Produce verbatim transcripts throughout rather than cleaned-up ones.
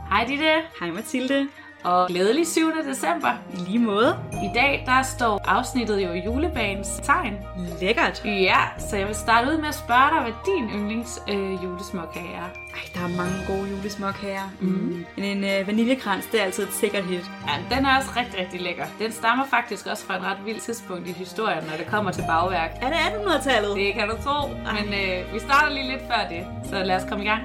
Hej Ditte. Hej Mathilde. Og glædelig syvende december. I lige måde. I dag der står afsnittet jo i julebagens tegn. Lækkert. Ja, så jeg vil starte ud med at spørge dig, hvad din yndlings øh, julesmåkage er. Ej, der er mange gode julesmåkager. Mm. Mm. Men en øh, vaniljekrans, det er altid et sikkert hit. Ja, den er også rigtig, rigtig lækker. Den stammer faktisk også fra en ret vild tidspunkt i historien, når det kommer til bagværk. Er det attenhundredetallet? Det kan du tro, men øh, vi starter lige lidt før det, så lad os komme i gang.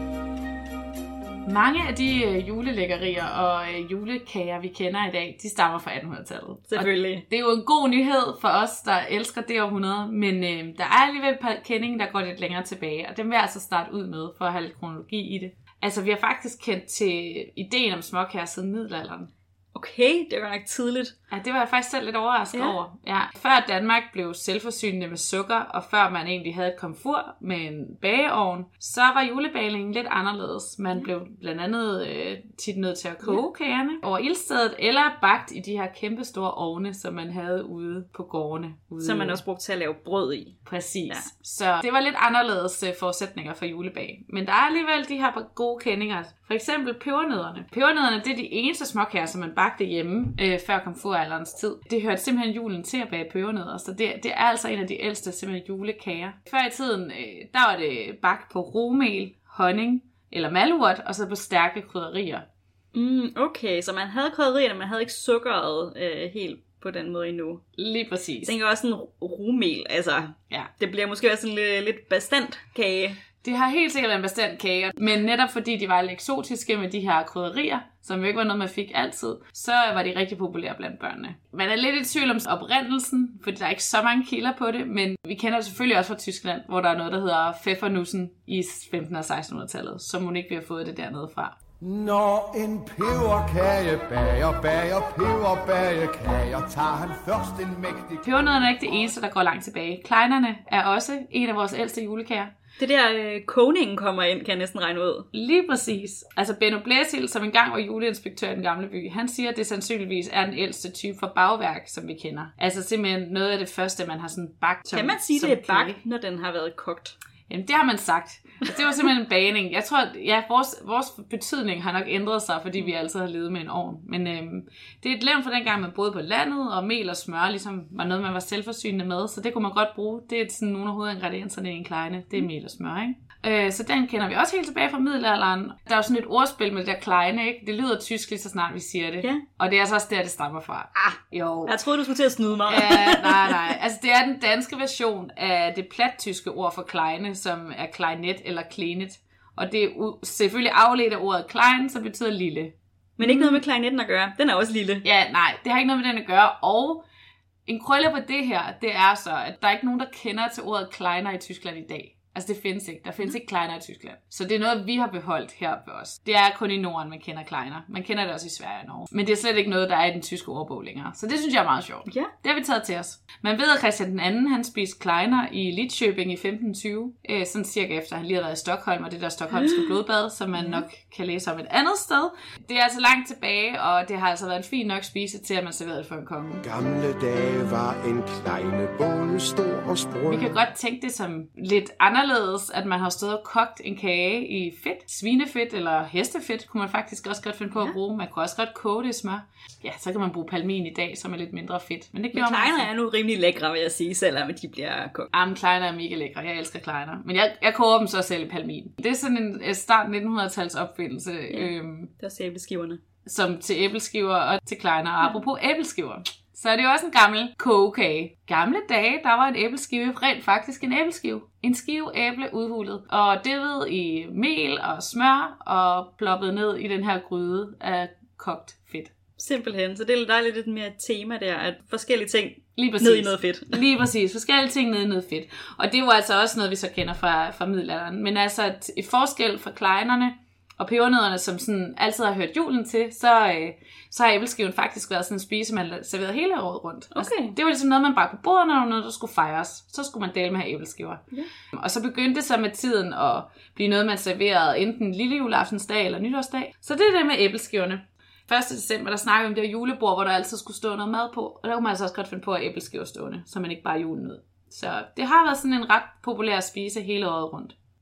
Mange af de øh, julelækkerier og øh, julekager, vi kender i dag, de stammer fra attenhundredetallet. Selvfølgelig. Og det er jo en god nyhed for os, der elsker det århundrede, men øh, der er alligevel et par kendinger, der går lidt længere tilbage, og dem vil jeg altså starte ud med, for at have lidt kronologi i det. Altså, vi har faktisk kendt til ideen om småkager siden middelalderen. Okay, det var nok tidligt. Ja, det var jeg faktisk selv lidt overrasket ja. over. Ja. Før Danmark blev selvforsynende med sukker, og før man egentlig havde et komfur med en bageovn, så var julebagningen lidt anderledes. Man ja. blev blandt andet øh, tit nødt til at koge ja. kagerne over ildstedet, eller bagt i de her kæmpe store ovne, som man havde ude på gårdene. Ude. Som man også brugte til at lave brød i. Præcis. Ja. Så det var lidt anderledes øh, forudsætninger for julebag. Men der er alligevel de her gode kendinger. For eksempel pebernødderne. Pebernødderne, det er de eneste småkager, som man bagte hjemme øh, før komfuralderens tid. Det hørte simpelthen julen til at bage pebernødder, så det, det er altså en af de ældste simpelthen julekager. Før i tiden, øh, der var det bagt på rugmel, honning eller malurt, og så på stærke krydderier. Mm, okay, så man havde krydderierne, men man havde ikke sukkeret øh, helt på den måde endnu. Lige præcis. Jeg tænker også en rugmel, altså ja. Det bliver måske også en lidt, lidt bastant kage. Det har helt sikkert været en bestand kage, men netop fordi de var lidt eksotiske med de her krydderier, som jo ikke var noget, man fik altid, så var de rigtig populære blandt børnene. Man er lidt i tvivl om oprindelsen, fordi der er ikke så mange kilder på det, men vi kender det selvfølgelig også fra Tyskland, hvor der er noget, der hedder Pfeffernussen i femten- og sekstenhundredetallet, som hun ikke vil have fået det dernede fra. Når en peberkage bager, bager peberbagekager, tager han først en mægtig... Pebernødderne er ikke det eneste, der går langt tilbage. Kleinerne er også en af vores ældste julekager. Det der øh, kogningen kommer ind, kan jeg næsten regne ud. Lige præcis. Altså Benno Blæsild, som engang var juleinspektør i Den Gamle By, han siger, at det sandsynligvis er den ældste type for bagværk, som vi kender. Altså simpelthen noget af det første, man har sådan bagt. Kan man sige, det er bagt, når den har været kogt? Jamen, det har man sagt. Altså, det var simpelthen en bagning. Jeg tror, ja, vores, vores betydning har nok ændret sig, fordi vi altid har levet med en ovn. Men øhm, det er et levn fra dengang, man boede på landet, og mel og smør ligesom var noget, man var selvforsynende med. Så det kunne man godt bruge. Det er sådan nogle af hovedingredienserne i en kleine. Det er mel og smør, ikke? Øh, så den kender vi også helt tilbage fra middelalderen. Der er jo sådan et ordspil med det der kleine, ikke? Det lyder tysk lige så snart vi siger det. Ja. Og det er så også der, det stammer fra. Ah, jo. Jeg troede, du skulle til at snyde mig. Ja, nej, nej. Altså, det er den danske version af det plattyske ord for kleine, som er kleinet eller klenet. Og det er u- selvfølgelig afledt af ordet klein, som betyder lille. Men ikke noget med kleinetten at gøre. Den er også lille. Ja, nej, det har ikke noget med den at gøre. Og en krølle på det her, det er så, at der er ikke nogen, der kender til ordet kleiner i Tyskland i dag. Altså det findes ikke. Der findes ikke kleiner i Tyskland. Så det er noget, vi har beholdt her for os. Det er kun i Norden, man kender kleiner. Man kender det også i Sverige og Norge. Men det er slet ikke noget, der er i den tyske ordbog længere. Så det synes jeg er meget sjovt. Ja. Det har vi taget til os. Man ved, at Christian den anden, han spiste kleiner i Lidköping i femten tyve. Øh, sådan cirka efter, han lige har været i Stockholm, og det der stockholmske blodbad, som man nok kan læse om et andet sted. Det er altså langt tilbage, og det har altså været en fin nok spise til, at man serverede det for en konge. Gamle dage var en kleine både stor og sprød. Vi kan godt tænke det som lidt anderledes, at man har stået og kogt en kage i fedt, svinefedt eller hestefedt, kunne man faktisk også godt finde på at bruge. Man kunne også godt koge det i smør. Ja, så kan man bruge palmin i dag, som er lidt mindre fedt. Men det Men kleiner er nu rimelig lækre, vil jeg sige, selvom de bliver kogt. Jamen, kleiner er mega lækre. Jeg elsker kleiner. Men jeg, jeg koger dem så selv i palmin. Det er sådan en start nitten hundrede-tals opfindelse. Ja, øhm, det er også æbleskiverne. Som til æbleskiver og til kleiner. Og apropos æbleskiver, så er det jo også en gammel kogekage. Gamle dage, der var en æbleskive rent faktisk en æbleskive. En skive æble udhulet. Og det ved i mel og smør og ploppet ned i den her gryde af kogt fedt. Simpelthen. Så det er dejligt lidt mere tema der, at forskellige ting lige præcis. Ned i noget fedt. Lige præcis. Forskellige ting ned i noget fedt. Og det var altså også noget, vi så kender fra, fra middelalderen. Men altså i forskel fra kleinerne og pebernødderne, som sådan altid har hørt julen til, så, øh, så har æbleskiven faktisk været sådan en spise, man serverede hele året rundt. Okay. Altså, det var ligesom noget, man bragte på bordet, når der var noget, der skulle fejres. Så skulle man dele med have æbleskiver. Ja. Og så begyndte det så med tiden at blive noget, man serverede enten lille juleaftensdag eller nytårsdag. Så det er det med æbleskiverne. første december, der snakkede vi om det her julebord, hvor der altid skulle stå noget mad på. Og der kunne man altså også godt finde på at æbleskiver stående, så man ikke bare julen ud. Så det har været sådan en ret populær spise hele året rundt.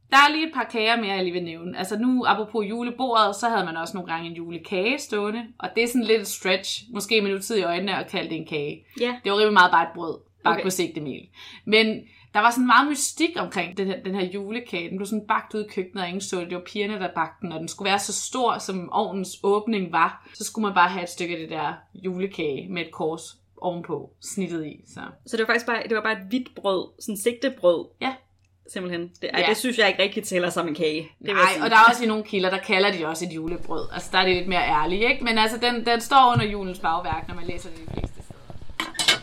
Der er lige et par kager mere, jeg lige vil nævne. Altså nu, apropos julebordet, så havde man også nogle gange en julekage stående. Og det er sådan lidt et stretch, måske med tid i øjnene, at kalde det en kage. Ja. Det var rimelig meget bare et brød, bagt Okay. på sigtemel. Men der var sådan meget mystik omkring den her, den her julekage. Den blev sådan bagt ud i køkkenet, og ingen så det. Det var pigerne, der bagte den, og den skulle være så stor, som ovnens åbning var. Så skulle man bare have et stykke af det der julekage med et kors ovenpå, snittet i. Så, Så det var faktisk bare, det var bare et hvidt brød, sådan sigtebrød. ja. Simpelthen. Det, ej, Ja. det synes jeg ikke rigtig tæller som en kage. Det vil jeg Nej, sige. og der er også i nogle kilder, der kalder de også et julebrød. Altså der er det lidt mere ærligt, ikke? Men altså den, den står under julens bagværk, når man læser det de fleste steder.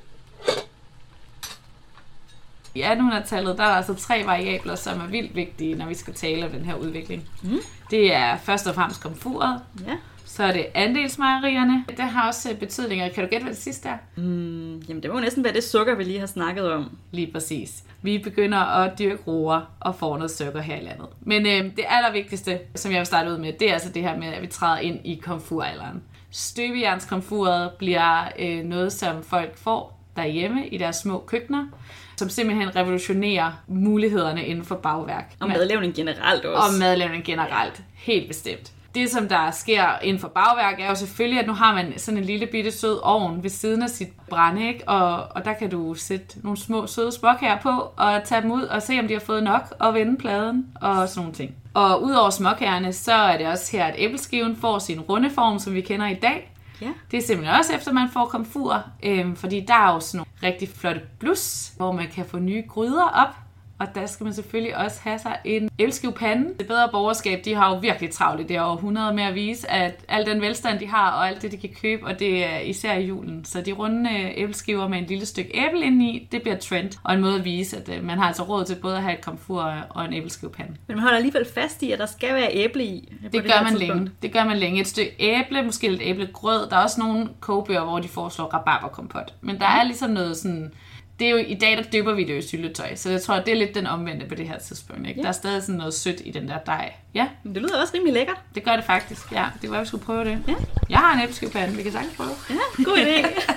I attenhundredetallet, der er der altså tre variabler, som er vildt vigtige, når vi skal tale om den her udvikling. Mm. Det er først og fremmest komfuret, Ja. så er det andelsmejerierne. Det har også betydninger. Kan du gætte, hvad det sidste er? Mm, jamen det må jo næsten være det sukker, vi lige har snakket om. Lige præcis. Vi begynder at dyrke roer og får noget sukker her i landet. Men øh, det allervigtigste, som jeg vil starte ud med, det er altså det her med, at vi træder ind i komfuralderen. Støbejernskomfuret bliver øh, noget, som folk får derhjemme i deres små køkkener, som simpelthen revolutionerer mulighederne inden for bagværk. Og madlavning generelt også. Og madlavning generelt. Helt bestemt. Det, som der sker inden for bagværk, er jo selvfølgelig, at nu har man sådan en lille bitte sød ovn ved siden af sit brænde, ikke? Og, og der kan du sætte nogle små søde småkager på, og tage dem ud og se, om de har fået nok, og vende pladen, og sådan nogle ting. Og udover småkagerne, så er det også her, at æbleskiven får sin runde form, som vi kender i dag. Ja. Det er simpelthen også efter, man får komfur, øhm, fordi der er jo sådan nogle rigtig flotte blus, hvor man kan få nye gryder op. Og der skal man selvfølgelig også have sig en æbleskivepande. Det bedre borgerskab, de har jo virkelig travlt i det århundrede med at vise, at al den velstand, de har, og alt det, de kan købe, og det er især i julen. Så de runde æbleskiver med en lille stykke æble indeni, det bliver trend. Og en måde at vise, at man har altså råd til både at have et komfur og en æbleskivepande. Men man holder alligevel fast i, at der skal være æble i. Det, det gør man længe. Det gør man længe. Et stykke æble, måske lidt æblegrød. Der er også nogle kogebøger, hvor de foreslår rabarberkompot. Men der er ligesom noget sådan... Det er jo, i dag der dypper vi det jo i syltetøj, så jeg tror, det er lidt den omvendte på det her tidspunkt. Ikke? Ja. Der er stadig sådan noget sødt i den der dej. Ja, Men det lyder også rimelig lækkert. det gør det faktisk. Ja, det var, vi skulle prøve det. Ja. Jeg har en æbleskivepande, vi kan sagtens prøve. Ja, god idé.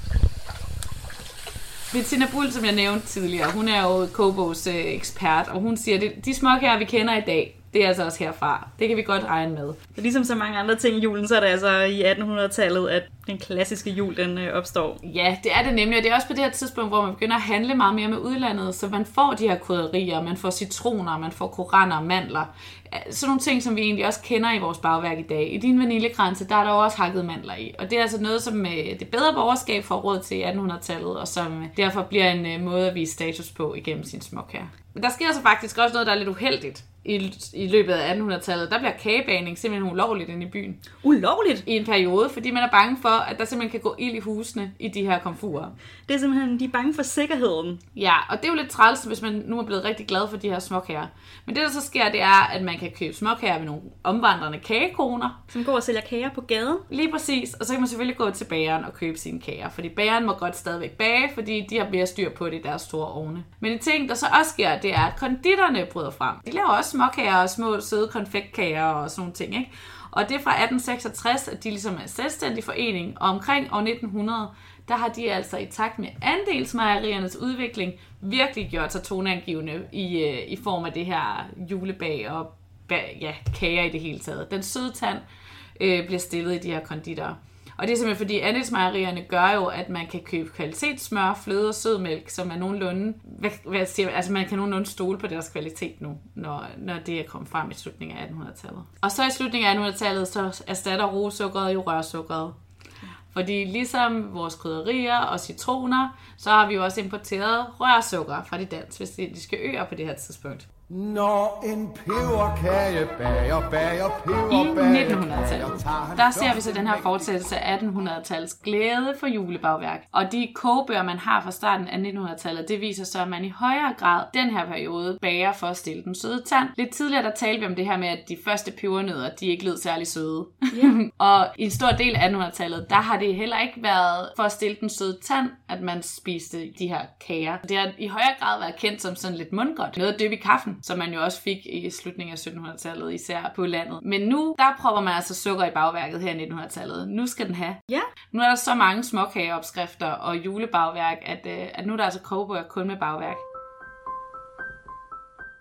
Bettina Bull, som jeg nævnte tidligere, hun er jo kogebogs øh, ekspert, og hun siger, at de småkager, vi kender i dag, det er altså også herfra. Det kan vi godt regne med. Så ligesom så mange andre ting i julen, så er det altså i attenhundredetallet, at den klassiske jul, den øh, opstår. Ja, det er det nemlig, og det er også på det her tidspunkt, hvor man begynder at handle meget mere med udlandet, så man får de her krydderier, man får citroner, man får koraner, mandler. Sådan nogle ting, som vi egentlig også kender i vores bagværk i dag. I din vaniljekranse, der er der også hakket mandler i. Og det er altså noget, som det bedre borgerskab får råd til i attenhundredetallet, og som derfor bliver en måde at vise status på igennem sin småkager. Men der sker så faktisk også noget, der er lidt uheldigt. I, I løbet af attenhundredetallet, der bliver kagebagning simpelthen ulovligt inde i byen. Ulovligt? I en periode, fordi man er bange for, at der simpelthen kan gå ild i husene i de her komfurer. Det er simpelthen, de er bange for sikkerheden. Ja, og det er jo lidt træls, hvis man nu er blevet rigtig glad for de her småkager. Men det, der så sker, det er, at man kan købe småkager ved nogle omvandrende kagekoner. Som går og sælger kager på gaden. Lige præcis, og så kan man selvfølgelig gå til bageren og købe sine kager, fordi bageren må godt stadigvæk bage, fordi de har mere styr på det i deres store ovne. Men en ting, der så også sker, det er, at konditterne bryder frem. De laver også småkager og små søde konfektkager og sådan nogle ting, ikke? Og det er fra atten seksogtres, at de ligesom er en selvstændig forening, og omkring år nitten hundrede, der har de altså i takt med andelsmejeriernes udvikling virkelig gjort sig toneangivende i, i form af det her julebag og ja, kager i det hele taget. Den søde tand øh, bliver stillet i de her konditorer. Og det er simpelthen fordi andelsmejerierne gør jo, at man kan købe kvalitetssmør, fløde og sødmælk, som er nogenlunde, hvad, hvad siger, altså man kan nogenlunde stole på deres kvalitet nu, når, når det er kommet frem i slutningen af attenhundredetallet. Og så i slutningen af attenhundredetallet, så erstatter roesukkeret jo rørsukkeret. Fordi ligesom vores krydderier og citroner, så har vi jo også importeret rørsukker fra de dansk-vestindiske øer på det her tidspunkt. Når en peberkage bager, bager, peber, I bager, nittenhundredetallet, der ser vi så den her fortsættelse af attenhundredetallets glæde for julebagværk. Og de kogebøger, man har fra starten af nittenhundredetallet, det viser så, at man i højere grad den her periode bager for at stille den søde tand. Lidt tidligere, der talte vi om det her med, at de første pebernødder, de ikke lød særlig søde. Yeah. Og i en stor del af attenhundredetallet, der har det heller ikke været for at stille den søde tand, at man spiste de her kager. Det har i højere grad været kendt som sådan lidt mundgodt. Noget at dyppe i kaffen, som man jo også fik i slutningen af syttenhundredetallet, især på landet. Men nu, der propper man altså sukker i bagværket her i nittenhundredetallet. Nu skal den have. Ja. Nu er der så mange småkageopskrifter og julebagværk, at, at nu er der altså kogebøger kun med bagværk.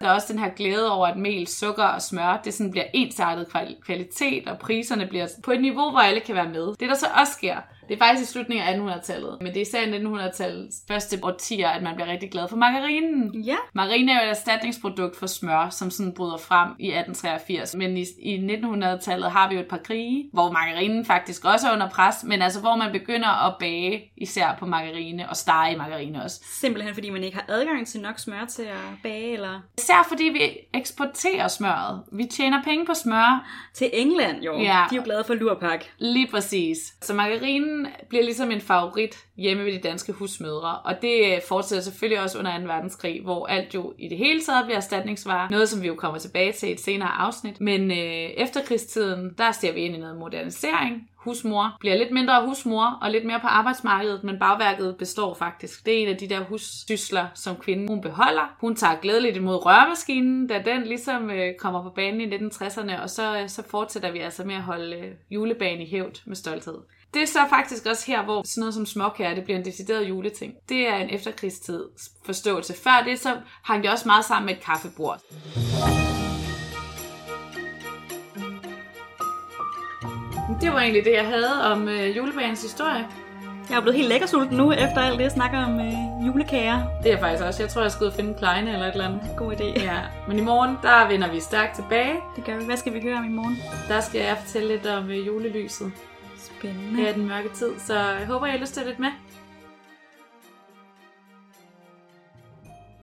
Der er også den her glæde over, at mel, sukker og smør, det sådan bliver ensartet kvalitet, og priserne bliver på et niveau, hvor alle kan være med. Det der så også sker, det er faktisk i slutningen af attenhundredetallet, men det er især i nittenhundredetallets første årtier, at man bliver rigtig glad for margarinen. Ja. Margarine er jo et erstatningsprodukt for smør, som sådan bryder frem i atten treogfirs, men i, i nittenhundredetallet har vi jo et par krige, hvor margarinen faktisk også er under pres, men altså hvor man begynder at bage især på margarine og stege i margarine også. Simpelthen fordi man ikke har adgang til nok smør til at bage, eller? Især fordi vi eksporterer smøret. Vi tjener penge på smør. Til England, jo. Ja. De er jo glade for lurpak. Lige præcis. Så margarinen bliver ligesom en favorit hjemme ved de danske husmødre, og det fortsætter selvfølgelig også under anden verdenskrig, hvor alt jo i det hele taget bliver erstatningsvarer. Noget, som vi jo kommer tilbage til i et senere afsnit. Men øh, efterkrigstiden, der ser vi ind i noget modernisering. Husmor bliver lidt mindre husmor og lidt mere på arbejdsmarkedet, men bagværket består faktisk. Det er en af de der hussysler, som kvinden hun beholder. Hun tager glædeligt imod røremaskinen, da den ligesom øh, kommer på banen i nitten tresserne, og så, øh, så fortsætter vi altså med at holde øh, julebagen i hævd med stolthed. Det er så faktisk også her, hvor sådan noget som småkager, det bliver en decideret juleting. Det er en efterkrigstid forståelse. Før det, så hang det også meget sammen med et kaffebord. Det var egentlig det, jeg havde om øh, julebagens historie. Jeg er blevet helt lækkersulten nu, efter alt det, jeg snakker om øh, julekager. Det er faktisk også. Jeg tror, jeg skal ud og finde en kleine eller et eller andet. God idé. Ja, men i morgen, der vender vi stærkt tilbage. Det gør vi. Hvad skal vi høre om i morgen? Der skal jeg fortælle lidt om øh, julelyset. Spændende. Det er den mørke tid, så jeg håber, I har lyst til at lytte med.